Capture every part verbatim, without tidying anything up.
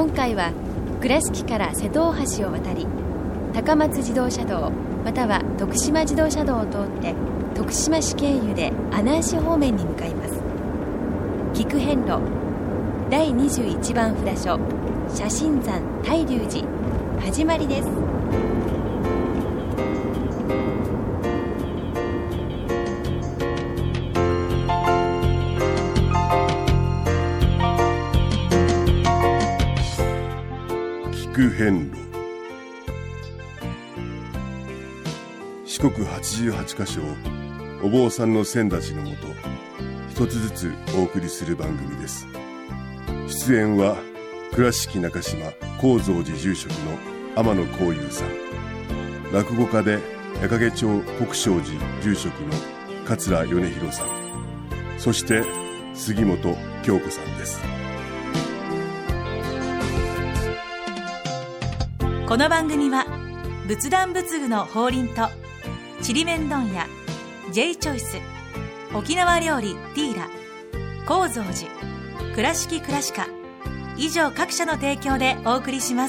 今回は倉敷から瀬戸大橋を渡り、高松自動車道または徳島自動車道を通って徳島市経由で阿南市方面に向かいます。菊遍路だいにじゅういちばん札所写真山大龍寺始まりです。 菊遍路、四国はちじゅうはちカ所をお坊さんの先立ちのもと一つずつお送りする番組です。出演は倉敷中島・高蔵寺住職の天野幸雄さん、落語家で矢掛町国正寺住職の桂米広さん、そして杉本京子さんです。 この番組は仏壇仏具の法輪とちりめん問屋 J チョイス、沖縄料理ティーラ、高蔵寺、倉敷倉歯科以上各社の提供でお送りします。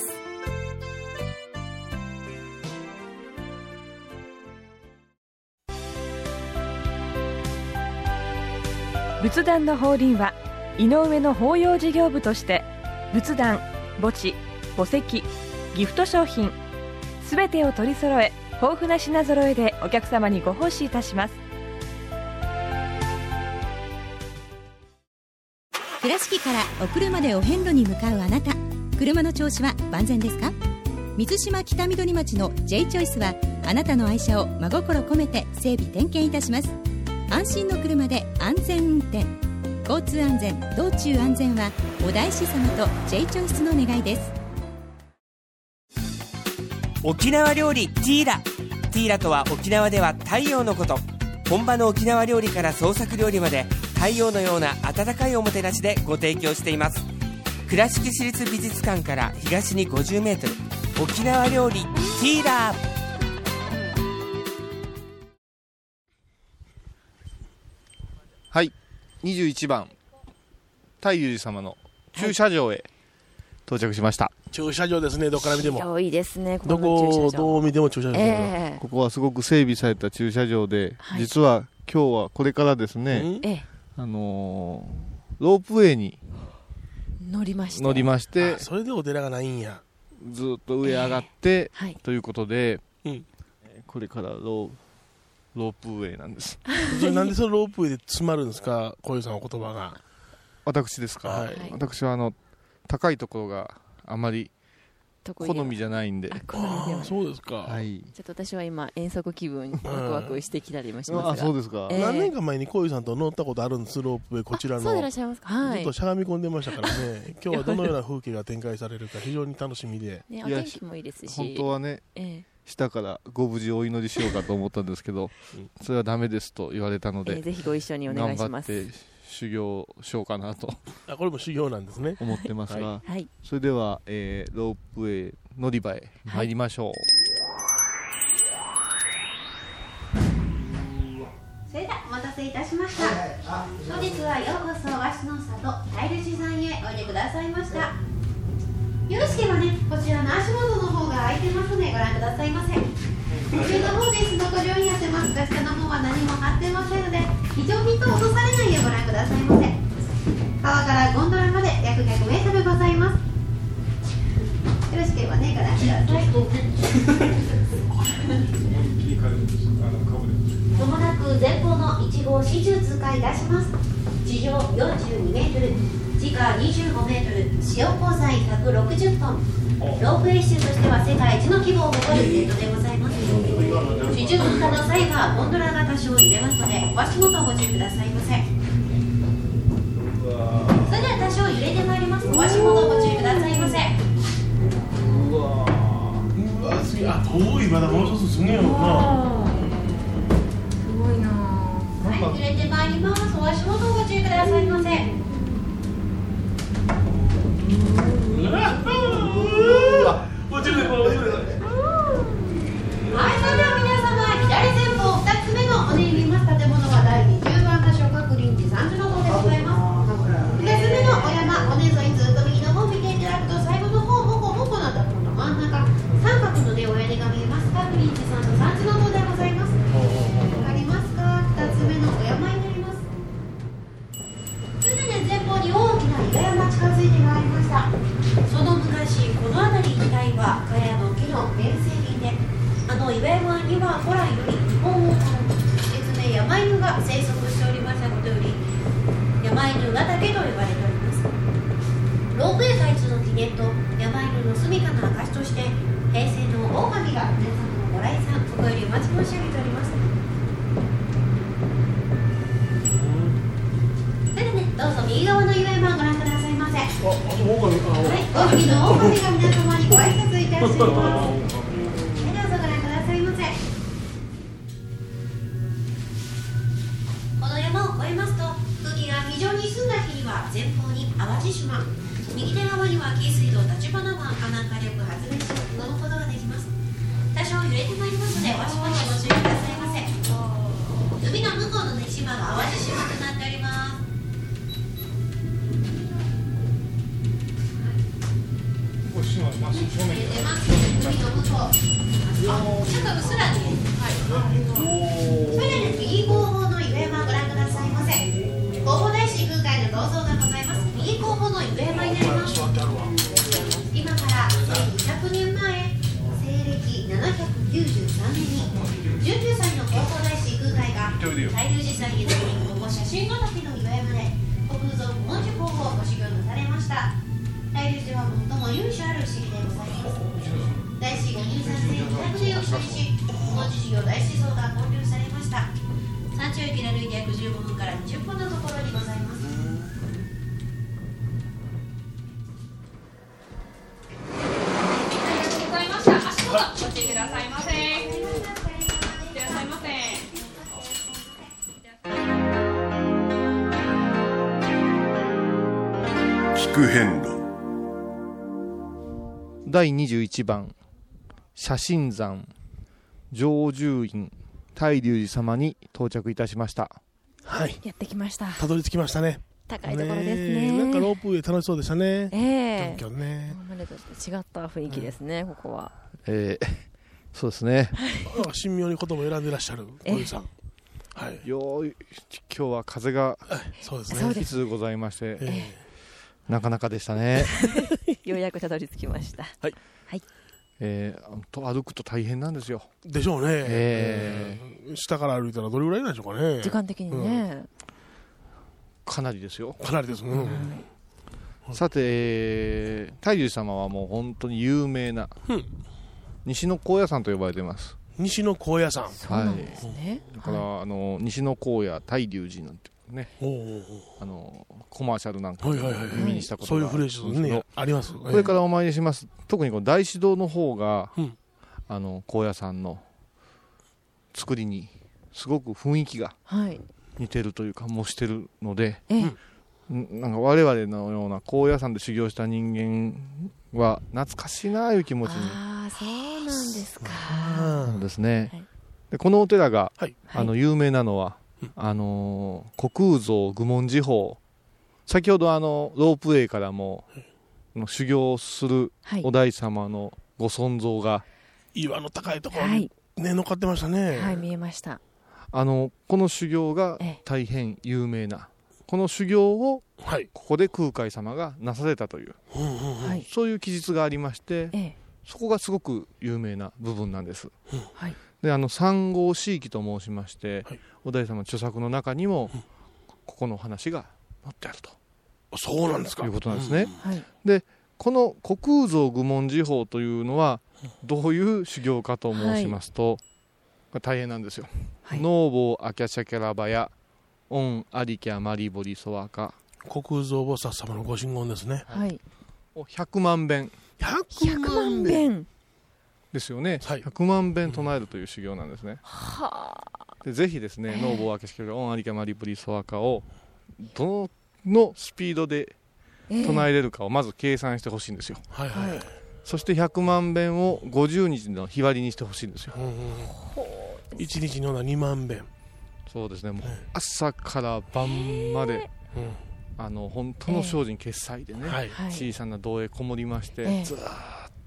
仏壇の法輪は井上の法要事業部として仏壇、墓地、墓石、ギフト商品すべてを取り揃え、豊富な品揃えでお客様にご奉仕いたします。 倉敷からお車でお遍路に向かうあなた、車の調子は万全ですか？水島北緑町の J チョイスはあなたの愛車を真心込めて整備点検いたします。安心の車で安全運転、交通安全、道中安全はお大師様と J チョイスの願いです。 沖縄料理ティーラ。ティーラとは沖縄では太陽のこと。本場の沖縄料理から創作料理まで太陽のような温かいおもてなしでご提供しています。倉敷市立美術館から東にごじゅうメートル、沖縄料理ティーラ。 はい、にじゅういちばん大龍寺様の駐車場へ到着しました。 駐車場ですね、どこから見ても広いですね。 どこをどう見ても駐車場ですね、 えー、ここはすごく整備された駐車場で、はい、実は今日はこれからですね、 ええ、 あのー、ロープウェイに乗りまして乗りましてそれでお寺がないんや、 ずっと上上がって、 えーはい、 ということで、 うん、 これからローロープウェイなんです。 それなんでそのロープウェイで詰まるんですか、小遊さんお言葉が。 私ですか、はい、私はあの高いところがあまり好みじゃないんで。 好みではない。 そうですか、 はい、 ちょっと私は今遠足気分ワクワクしてきたりもしますが、 あ、そうですか、 えー、何年か前に小遊さんと乗ったことあるんです、ロープウェイ。こちらのそうでいらっしゃいますか、はい、 ずっとしゃがみ込んでましたからね今日はどのような風景が展開されるか非常に楽しみで、 ね、お天気もいいですし、 本当はね、 えー下からご無事お祈りしようかと思ったんですけどそれはダメですと言われたので、 えー、ぜひご一緒にお願いします。 頑張って修行しようかなとあ、これも修行なんですね、 思ってますが、 はい、 それでは、えー、ロープウェイ乗り場へ参りましょう、はい、 それではお待たせいたしました。本日はようこそ和紙の里大龍寺さんへおいでくださいました。よろしければね、こちらの足元の方が空いてますのでご覧くださいませ。上の方ですのご乗になってますが、下の方は何も張ってませんので非常にと落とされないようご覧くださいませ。川からゴンドラまで約ひゃくメートルございます。よろしければね、ご覧ください。まもなく前方のいち号始終通過いたします。地上よんじゅうにメートル、地下にじゅうごメートル、使用鋼材ひゃくろくじゅっトン、ロープウェイ数としては世界一の規模を誇るゲートでございます。始終通過の際はゴンドラが多少揺れますのでお足元ご注意くださいませ。それでは多少揺れてまいります。お足元ご注意くださいませ。 うわうわ、すげえ。あ、遠い。まだもう一つすげえよな。 すごいな。 はい、揺れてまいります。お足元ご注意くださいませ。 落ちるね、これ落ちるね。 はい、それでは皆様、左前方ふたつめのおね見ます建物はだいにじゅうばん箇所各臨時さんじの方でございます。ふたつめのお山、尾根沿いずっと右の方を見ていただくと最後さんの産地の方でございます。わかりますか？ふたつめのお山になります。それでね、前方に大きな岩山近づいてまいりました。その昔、この辺り一帯は茅の木の原生林で、あの岩山には古来より日本を狩る別名山犬が生息しておりましたことより、山犬ヶ岳と呼ばれております。ロープウェイ開通の記念と山犬の住みかの証として、平成の狼が皆様のご来山ここよりお待ち申し上げております。それでね、どうぞ右側の岩山をご覧くださいませ。あ、あそこ狼、はい、大きな狼が皆様にご挨拶いたしております。どうぞご覧くださいませ。この山を越えますと、空気が非常に澄んだ日には前方に淡路島、右手側には紀伊水道立花湾阿南火力発電所を望むことができます。多少揺れてまいりますので、お足元にご注意くださいませ。海の向こうの、ね、島が淡路島となっております。 島は真正面出ます。海の向こう。あ、ちょっとうっすらね。はい。それでね、右後方の岩山をご覧くださいませ。弘法大師空海の銅像がございます。右後方の岩山になります。今からせんにひゃくねんまえ、西暦ななひゃくきゅうじゅうさんねんにじゅうきゅうさいの弘法大師空海が大龍寺山へ登り、ここ写真の時の岩山で古空蔵古文殊法をご修行なされました。大龍寺は最も由緒ある式でございます。大師ご入山せんにひゃくねんを記念し、古文殊修行大師像が建立されました。山頂駅で歩いて約じゅうごふんからにじゅっぷんのところにございます。 ご注意くださいませ。いってらっしゃいませ。 聞く遍路だいにじゅういちばん、写真山常住院大龍寺様に到着いたしました。 はい、 やってきました。 たどり着きましたね。 高いところですね。 なんかロープウェイ楽しそうでしたね。 ええー、 今日ね。 今までと違った雰囲気ですね、うん、ここは。 えー、そうですね。 神妙に言葉を選んでいらっしゃる小遊さん。はい。 よい今日は風がそうですね。 いつございまして、えー、なかなかでしたね。 ようやくたどり着きました。 はい。 はい。 えー、と歩くと大変なんですよ。 でしょうね。 えー、下から歩いたらどれぐらいなんでしょうかね。 時間的にね。 うんかなりですよ。 かなりです。うん、 さて、大龍様はもう本当に有名な、うん、西の高野山と呼ばれています。 西の高野山。 そうなんですね。 だから、はい、あの西の高野大龍寺なんてね、あのコマーシャルなんかを耳にしたことがあるんですけど、 そういうフレーズねあります。 これからお参りします。特にこの大師堂の方が、うん、あの高野山の作りにすごく雰囲気が。はい似てるというか模してるので、ええ、なんか我々のような高野山で修行した人間は懐かしいなという気持ちに。 ああ、そうなんですか。 そうですね。はい、でこのお寺が、 はい、 あの有名なのは、はい、あのー、虚空蔵愚問寺法。先ほどあのロープウェイからも、はい、修行するお大師様のご尊像が、はい、岩の高いところに、ね、乗っかってましたね。 はい、見えました。 あのこの修行が大変有名なこの修行をここで空海様がなされたという、はい、そういう記述がありまして、ええ、そこがすごく有名な部分なんです、はい、であの三号四域と申しまして、はい、お大師様の著作の中にも、うん、ここの話が載ってあるとそうなんですかいうことなんですね、うんはい、でこの虚空蔵愚問寺法というのはどういう修行かと申しますと、はいこれ大変なんですよ。はい、ノーボーアキャシャキャラバヤオンアリキャマリボリソワカ虚空蔵菩薩様のご神言ですね。 はい。 ひゃくまんべん。 ひゃくまんべんですよね。はい、ひゃくまんべん唱えるという修行なんですね。はあ。でぜひですね、えー、ノーボーアキャシャキャラバヤオンアリキャマリボリソワカをどのスピードで唱えれるかをまず計算してほしいんですよ。 はいはい。 そしてひゃくまんべんをごじゅうにちの日割りにしてほしいんですよ。 いちにちのにまんべん。 そうですね。もう朝から晩まで、えー、あの本当の精進決済でね、えー、小さな堂へこもりまして、えー、ずーっ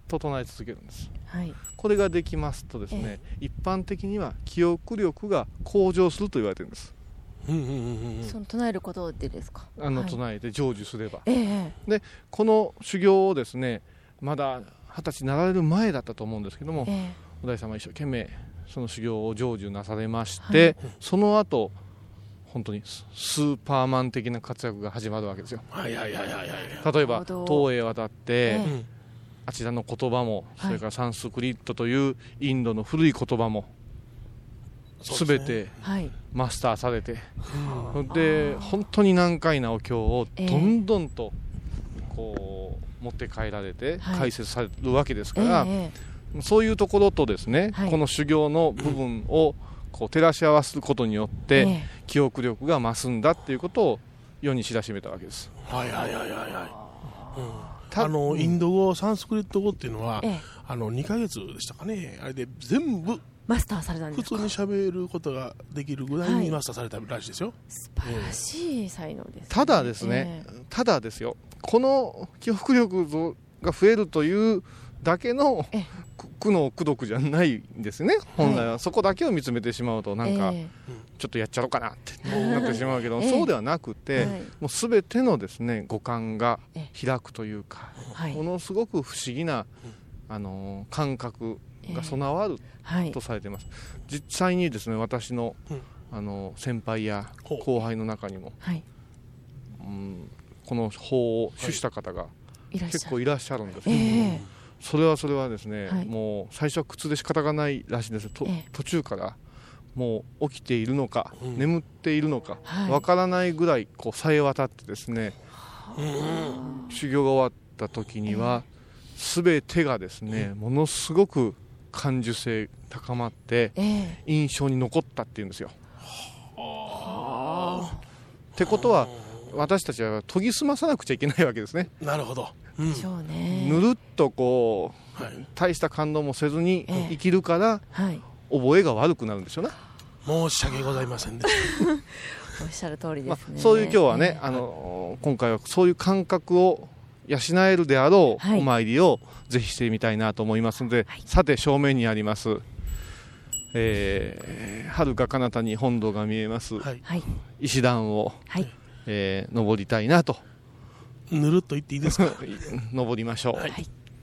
と唱え続けるんです、 はい、 これができますとですね、えー、一般的には記憶力が向上すると言われているんです。 うんうんうんうん、その唱えることでですか。 あの、はい、唱えて成就すれば、 えー、 でこの修行をですねまだ二十歳になられる前だったと思うんですけども、えー、お大師様は一生懸命その修行を成就なされまして、はい、その後本当にスーパーマン的な活躍が始まるわけですよ。 はいはいはいはいはい、 例えば東へ渡って、えー、あちらの言葉も、それからサンスクリットというインドの古い言葉もすべてマスターされて、はい、で本当に難解なお経をどんどんとこう持って帰られて解説されるわけですから、えー、そういうところとですね、はい、この修行の部分をこう照らし合わせることによって記憶力が増すんだっていうことを世に知らしめたわけです。 はいはいはいはいはい、うん、あのインド語、サンスクリット語っていうのは、ええ、あのにかげつでしたかね、あれで全部マスターされたんですか。 普通に喋ることができるぐらいにマスターされたらしいですよ、はい、 素晴らしい才能です、ね、 ただですね、えー、ただですよ、この記憶力が増えるというだけの苦悩苦毒じゃないんですね、本来は、はい、そこだけを見つめてしまうとなんか、えー、ちょっとやっちゃろうかなってなってしまうけど、えー、そうではなくて、はい、もう全てのですね五感が開くというか、はい、ものすごく不思議な、あのー、感覚が備わるとされています、はい、実際にですね私の、うん、あの先輩や後輩の中にも、はいうん、この法を主した方が結構いらっしゃるんですけど、えー、それはそれはですね、はい、もう最初は苦痛で仕方がないらしいんです、と、えー、途中からもう起きているのか、うん、眠っているのかわ、はい、からないぐらいこうさえ渡ってですね、うん、修行が終わった時には、えー、全てがですね、うん、ものすごく感受性高まって印象に残ったっていうんですよ、えー、ってことは私たちは研ぎ澄まさなくちゃいけないわけですね。 なるほど、 うん、 ぬるっとこう、はい、大した感動もせずに生きるから、えーはい、覚えが悪くなるんですよね。 申し訳ございませんでおっしゃる通りですね、 まあ、そういう今日はね、えー、あの今回はそういう感覚を養えるであろうお参りをぜひしてみたいなと思いますので、はい、さて正面にあります、えー、遥か彼方に本堂が見えます、はい、石段を、はいえー、登りたいなと。 ぬるっと言っていいですか登りましょう、はい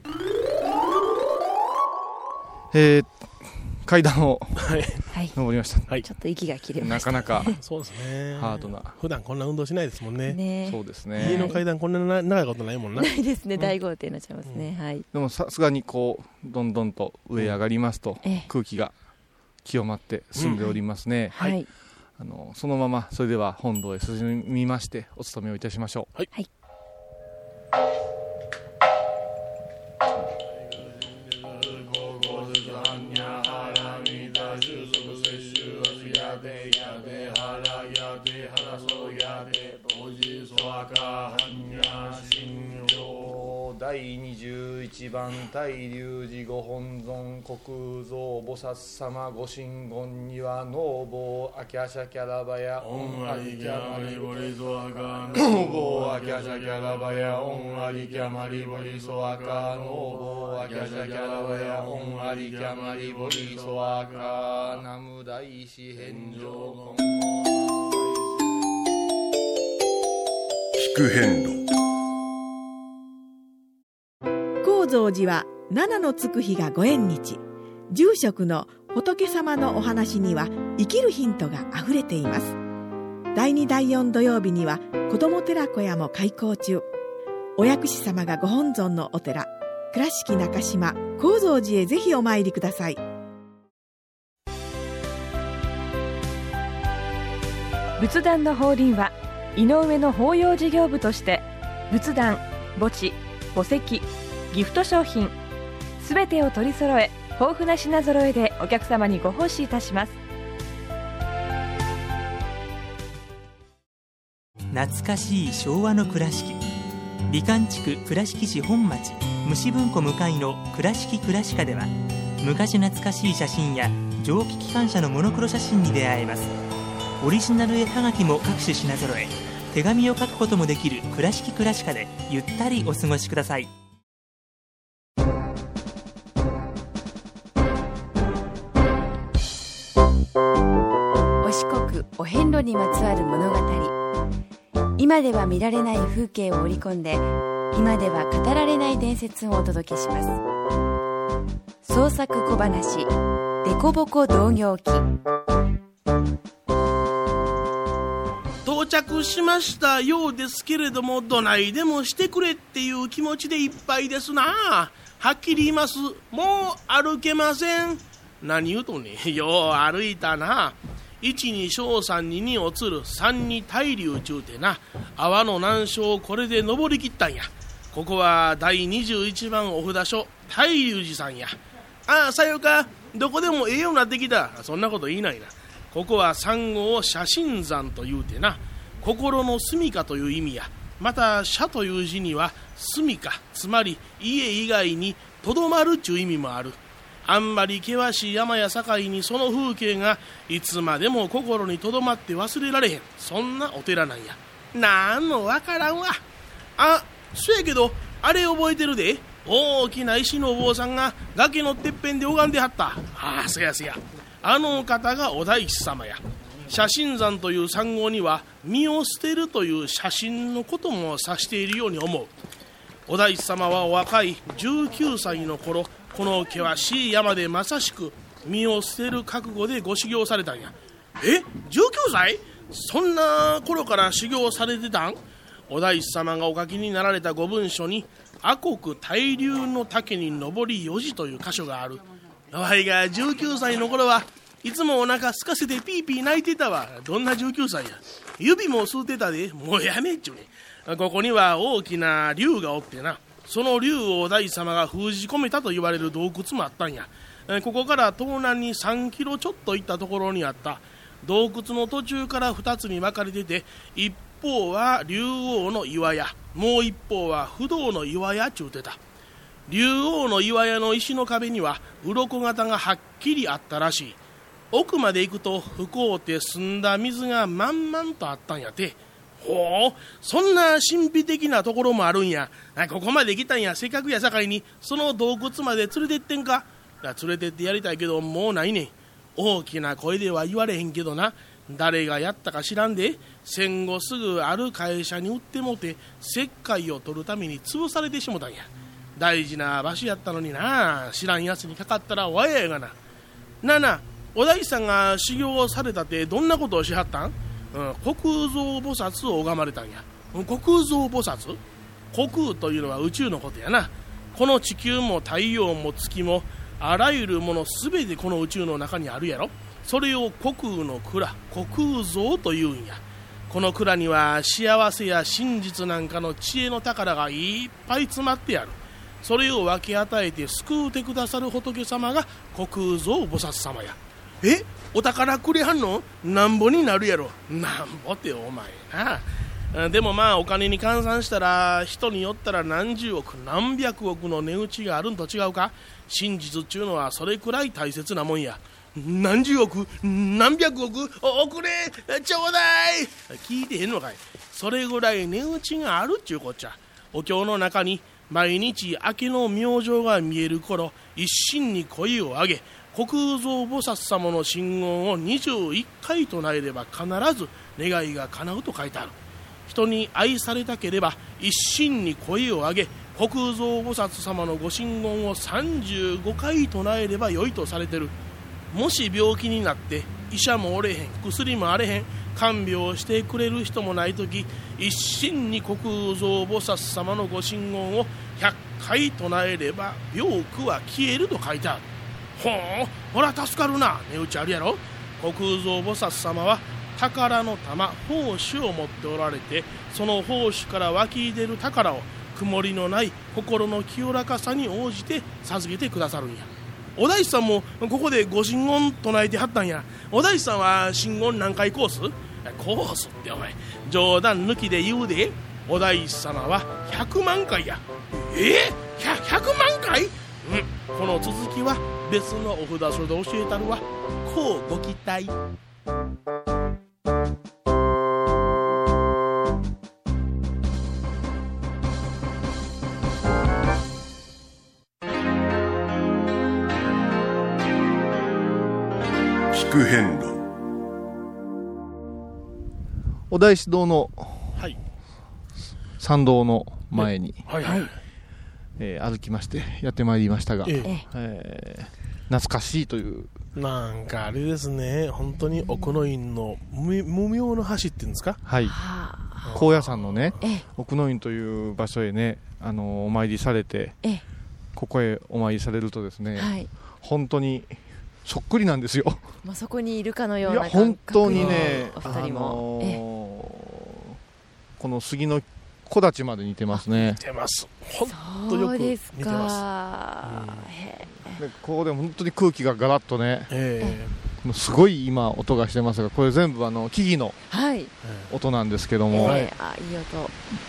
えー、階段を、はい、登りました、 はい、ちょっと息が切れました、 なかなかそうですね、 ハードな。 普段こんな運動しないですもん ね, ねそうですね、 家の階段こんな長いことないもんな。 ないですね、大豪邸になっちゃいますね、うんはい、 でもさすがにこうどんどんと上上がりますと、うん、空気が清まって澄んでおりますね、うんはい、あのそのままそれでは本堂へ進みましてお勤めをいたしましょう。はい、はいだいにじゅういちばん大龍寺ご本尊国蔵菩薩様ご神言にはノーボーアキャシャキャラバヤオンアリキャマリボリソアカノーボーアキャシャキャラバヤオンアリキャマリボリソアカノーボーアキャシャキャラバヤオンアリキャマリボリソアカナム大師返上言聞く遍路。 高蔵寺は七のつく日がご縁日。住職の仏様のお話には生きるヒントがあふれています。だいにだいよん土曜日には子ども寺小屋も開校中。お薬師様がご本尊のお寺倉敷中島・高蔵寺へぜひお参りください。 仏壇の法輪は井上の法要事業部として仏壇、墓地、墓石、ギフト商品すべてを取り揃え豊富な品揃えでお客様にご奉仕いたします。 懐かしい昭和の倉敷、美観地区倉敷市本町虫文庫向かいの倉敷倉歯科では昔懐かしい写真や蒸気機関車のモノクロ写真に出会えます。オリジナル絵はがきも各種品揃え、手紙を書くこともできる倉敷倉歯科でゆったりお過ごしください。 路にまつわる物語、今では見られない風景を織り込んで、今では語られない伝説をお届けします。創作小話デコボコ同業記。 到着しましたようですけれども、どないでもしてくれっていう気持ちでいっぱいですな。はっきり言います。もう歩けません。何言うとね、よう歩いたな。一に小三ににおつる三に大流ちゅうてな、阿波の難所をこれで登りきったんや。ここは第にじゅういちばんお札所大龍寺さんや。ああ、さよか、どこでもええようになってきた。そんなこと言いないな。ここは三号写真山というてな、心の住みかという意味や。また社という字には住みか、つまり家以外にとどまるちゅう意味もある。あんまり険しい山や境にその風景がいつまでも心にとどまって忘れられへん、そんなお寺なんや。なんのわからんわ。あ、そやけどあれ覚えてるで。大きな石のお坊さんが崖のてっぺんで拝んではった。ああ、そやそや、あの方がお大師様や。写真山という山号には身を捨てるという写真のことも指しているように思う。お大師様はお若いじゅうきゅうさいの頃、この険しい山でまさしく身を捨てる覚悟でご修行されたんや。え、じゅうきゅうさい？そんな頃から修行されてたん？お大師様がお書きになられたご文書に、阿国大流の岳に登りよじという箇所がある。お前がじゅうきゅうさいの頃はいつもお腹空かせてピーピー泣いてたわ。どんなじゅうきゅうさいや。指も吸うてたで。もうやめっちゅうね。ここには大きな竜がおってな、その竜をお大師様が封じ込めたと言われる洞窟もあったんや。ここから東南にさんキロちょっと行ったところにあった。洞窟の途中からふたつに分かれてて、一方は竜王の岩屋、もう一方は不動の岩屋ちゅうてた。竜王の岩屋の石の壁には鱗型がはっきりあったらしい。奥まで行くと深うて澄んだ水が満々とあったんやて。ほう、そんな神秘的なところもあるんや。ここまで来たんや。せっかくやさかいにその洞窟まで連れてってんか。連れてってやりたいけどもうないねん。大きな声では言われへんけどな、誰がやったか知らんで、戦後すぐある会社に売ってもて石灰を取るために潰されてしもたんや。大事な場所やったのにな。知らんやつにかかったらわややがな。なあなあ、お大師さんが修行をされたってどんなことをしはったん？うん、虚空蔵菩薩を拝まれたんや。虚空蔵菩薩？虚空というのは宇宙のことやな。この地球も太陽も月もあらゆるものすべてこの宇宙の中にあるやろ。それを虚空の蔵、虚空蔵というんや。この蔵には幸せや真実なんかの知恵の宝がいっぱい詰まってある。それを分け与えて救うてくださる仏様が虚空蔵菩薩様や。え、お宝くれはんの？なんぼになるやろ。なんぼってお前な。でもまあお金に換算したら人によったら何十億何百億の値打ちがあるんと違うか。真実っちゅうのはそれくらい大切なもんや。何十億何百億おくれちょうだい。聞いてへんのかい。それぐらい値打ちがあるっちゅうこっちゃ。お経の中に毎日明けの明星が見える頃一心に声を上げ虚空蔵菩薩様の真言をにじゅういっかい唱えれば必ず願いが叶うと書いてある。人に愛されたければ一心に声を上げ虚空蔵菩薩様のご真言をさんじゅうごかい唱えればよいとされてる。もし病気になって医者もおれへん、薬もあれへん、看病してくれる人もないとき、一心に虚空蔵菩薩様のご真言をひゃっかい唱えれば病苦は消えると書いてある。ほう、ほら助かるな。値打ちあるやろ。虚空蔵菩薩様は宝の玉、宝珠を持っておられて、その宝珠から湧き出る宝を曇りのない心の清らかさに応じて授けてくださるんや。お大師さんもここでご真言唱えてはったんや。お大師さんは真言何回コース？コースってお前冗談抜きで言うで。お大師様はひゃくまんかいや。えー、ひゃくまんかい？うん、この続きは別のお札所で教えたるわ。こうご期待。 聞く遍路。 お大師堂のはい参道の前に、 はいはい、 えー、歩きましてやってまいりましたが、 えええー、懐かしいという。 なんかあれですね、本当に奥の院の無, 無名の橋っていうんですか。 はい、高野山のね、奥の院という場所へね、あのお参りされて、ここへお参りされるとですね、はい、本当にそっくりなんですよ。 まあそこにいるかのような感覚。 いや本当にね、 お二人も、あのー、 この杉の木立まで似てますね。 似てます。本当よく似てます。 でここで本当に空気がガラッとね、 えー、すごい今音がしてますが、これ全部あの木々の音なんですけども、 はい、えー、あ、いい音。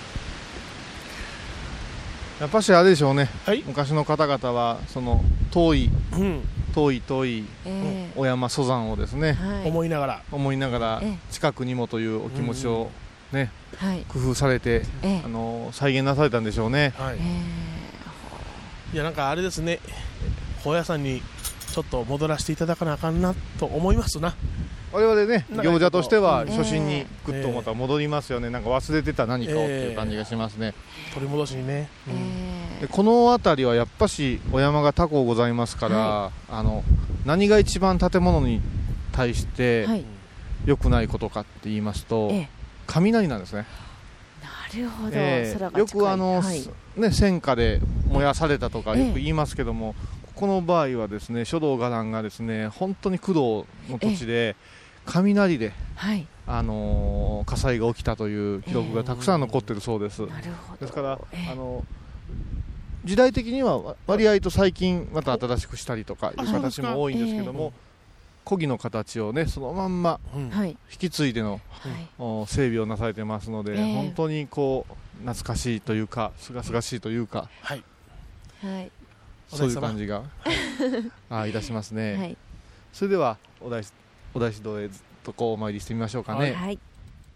やっぱしあれでしょうね、 はい、 昔の方々はその遠い、 うん、 遠い遠い、えー、お山登山をですね、 はい、思いながら思いながら、えー、近くにもというお気持ちをね、うん、はい、工夫されて、えー、あの再現なされたんでしょうね。 はい、えー、いやなんかあれですね、高野山にちょっと戻らせていただかなあかんなと思いますな。 我々ね、行者としては初心にぐっとまた戻りますよね、えー、なんか忘れてた何かをっていう感じがしますね、 えー、取り戻しにね、 うん、でこの辺りはやっぱしお山が多項ございますから、はい、あの何が一番建物に対して良くないことかって言いますと、はい、雷なんですね。 なるほど、 えー、よくあの、はい、ね、戦火で燃やされたとかよく言いますけども、えー、この場合はですね、書道伽藍がですね、本当に工藤の土地で、えー雷で、はい、あのー、火災が起きたという記録がたくさん残っているそうです。えー、 なるほど。 ですから、えー、あの時代的には割合と最近また新しくしたりとかいう形も多いんですけども、古木の形をねそのまんま引き継いでの、はい、整備をなされてますので、えー、本当にこう懐かしいというか清々しいというか、 はいはい、 そういう感じがあいたしますね。はい、それではお大師お大師堂へずっとこうお参りしてみましょうかね。はい、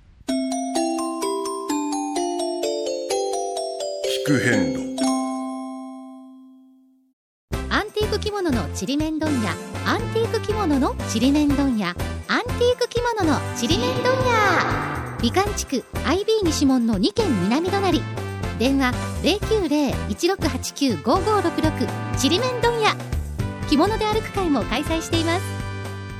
聞く遍路。 アンティーク着物のちりめん問屋、アンティーク着物のちりめん問屋、アンティーク着物のちりめん問屋。美観地区 アイビー 西門のに軒南隣。電話 ゼロきゅうゼロ いちろくはちきゅう ごごろくろく ちりめん問屋。着物で歩く会も開催しています。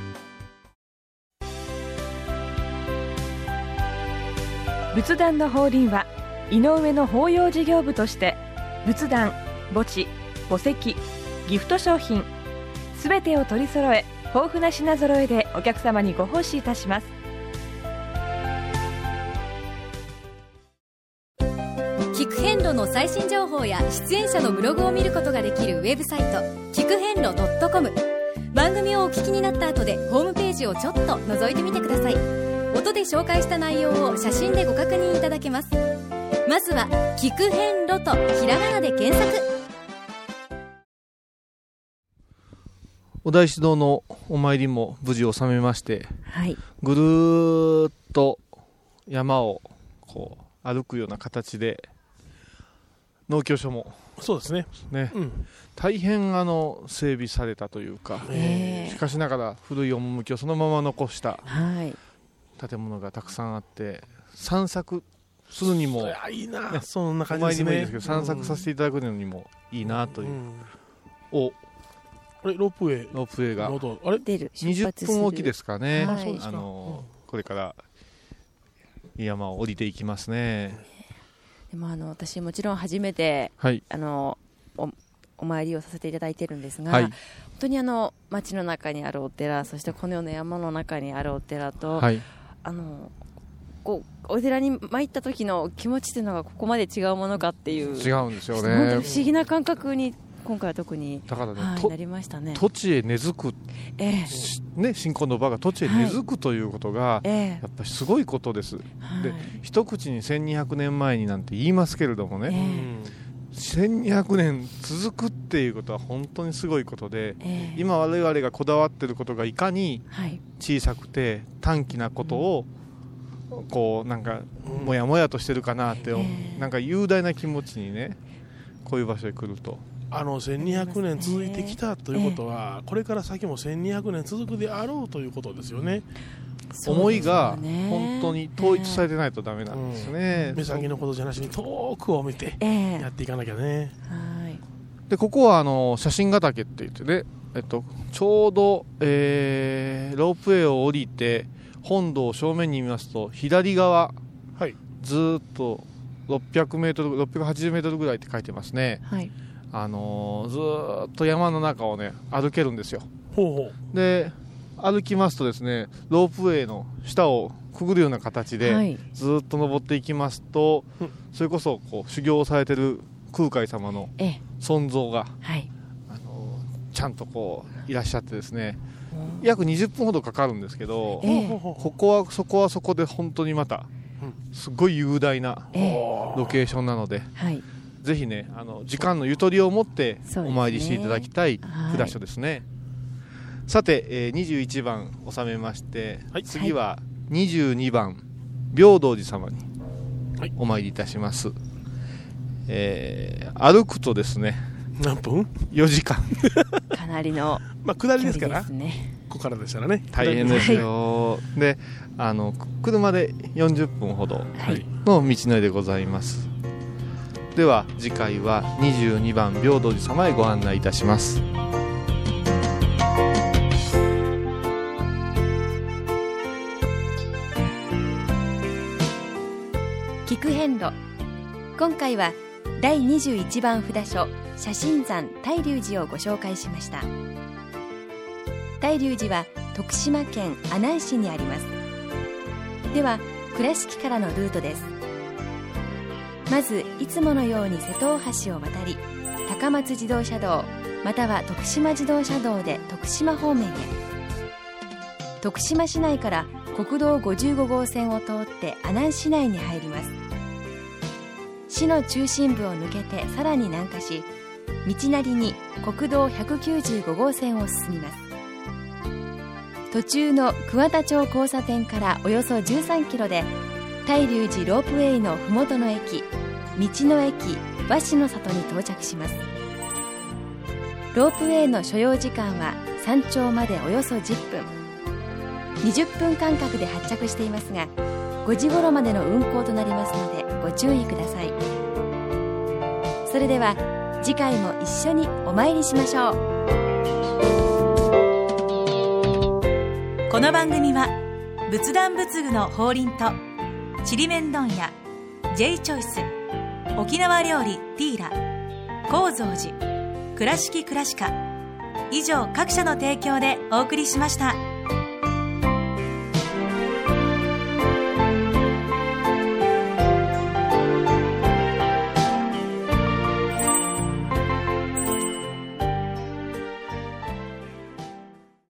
仏壇の法輪は井上の法要事業部として仏壇、墓地、墓石、ギフト商品すべてを取り揃え、豊富な品揃えでお客様にご奉仕いたします。 聞く遍路の最新情報や出演者のブログを見ることができるウェブサイト聞く遍路 .com。 番組をお聞きになった後でホームページをちょっと覗いてみてください。音で紹介した内容を写真でご確認いただけます。まずは聞く遍路とひらがなで検索。 お大師堂のお参りも無事収めまして、 はい、 ぐるーっと山をこう歩くような形で農協所もそうですね、 ね、うん、大変あの整備されたというか、しかしながら古い趣をそのまま残した、 はい、 建物がたくさんあって散策するにも、ね、 いいな、そんな感じですね。 お参りもいいですけど、散策させていただくのにもいいなという、うん、おあれロープウェイロープウェイがあれ出るにじゅっぷんおきですかね、 はい、 あのこれから山を降りていきますね。 でもあの私もちろん初めて、 はい、 あの お, お参りをさせていただいているんですが、 はい、 本当にあの街の中にあるお寺、そしてこのような山の中にあるお寺と、 はい、 あのこうお寺に参った時の気持ちというのがここまで違うものかっていう、 違うんですよね。 本当に不思議な感覚に今回は特にだからね、 はい、なりましたね。 土地へ根付く、 えーね、信仰の場が土地へ根付くということが、 はい、やっぱりすごいことです、 はい、 で一口にせんにひゃくねんまえになんて言いますけれどもね、えー、せんにひゃくねん続くっていうことは本当にすごいことで、えー、今我々がこだわっていることがいかに小さくて短期なことを、うん、こうなんかもやもやとしてるかなって、えー、なんか雄大な気持ちにねこういう場所へ来るとあのせんにひゃくねん続いてきたということは、えー、これから先もせんにひゃくねん続くであろうということですよね。 思いが本当に統一されてないとダメなんですね、えーうん、 目先のことじゃなしに遠くを見てやっていかなきゃね、 えー、はい。でここはあの写真ヶ岳って言ってね、えっと、ちょうど、えー、ロープウェイを降りて本堂を正面に見ますと左側、はい、ずっとろっぴゃくメートルろっぴゃくはちじゅうメートルぐらいって書いてますね、はい。あのー、ずーっと山の中をね歩けるんですよ。ほうほう。で歩きますとですね、ロープウェイの下をくぐるような形で、はい、ずっと登っていきますと、うん、それこそこう修行をされてる空海様の尊像が、はい、あのー、ちゃんとこういらっしゃってですね、うん、約にじゅっぷんほどかかるんですけど、えー、ここはそこはそこで本当にまたすごい雄大なロケーションなので、えーはい、ぜひね、あの時間のゆとりを持ってお参りしていただきたい札所ですね。はい、さて、えー、にじゅういちばん収めまして、はい、次はにじゅうにばん平等寺様にお参りいたします。はい、えー、歩くとですね、 何分 ? よじかんかなりのまあ下りですから、ね、ここからでしたらね大変ですよ、はい、であの車でよんじゅっぷんほどの道のりでございます。はい、では次回はにじゅうにばん平等寺様へご案内いたします。 聞く遍路、今回はだいにじゅういちばん札所写真山大龍寺をご紹介しました。大龍寺は徳島県阿南市にあります。では倉敷からのルートです。まずいつものように瀬戸大橋を渡り、高松自動車道または徳島自動車道で徳島方面へ。徳島市内から国道ごじゅうごごう線を通って阿南市内に入ります。市の中心部を抜けてさらに南下し、道なりに国道ひゃくきゅうじゅうごごう線を進みます。途中の桑田町交差点からおよそじゅうさんキロで大龍寺ロープウェイのふもとの駅、道の駅和紙の里に到着します。ロープウェイの所要時間は山頂までおよそじゅっぷん、にじゅっぷん間隔で発着していますが、ごじ頃までの運行となりますのでご注意ください。それでは次回も一緒にお参りしましょう。 この番組は仏壇仏具の法輪とちりめん問屋 J チョイス、沖縄料理ティーラ、高蔵寺、倉敷倉歯科以上各社の提供でお送りしました。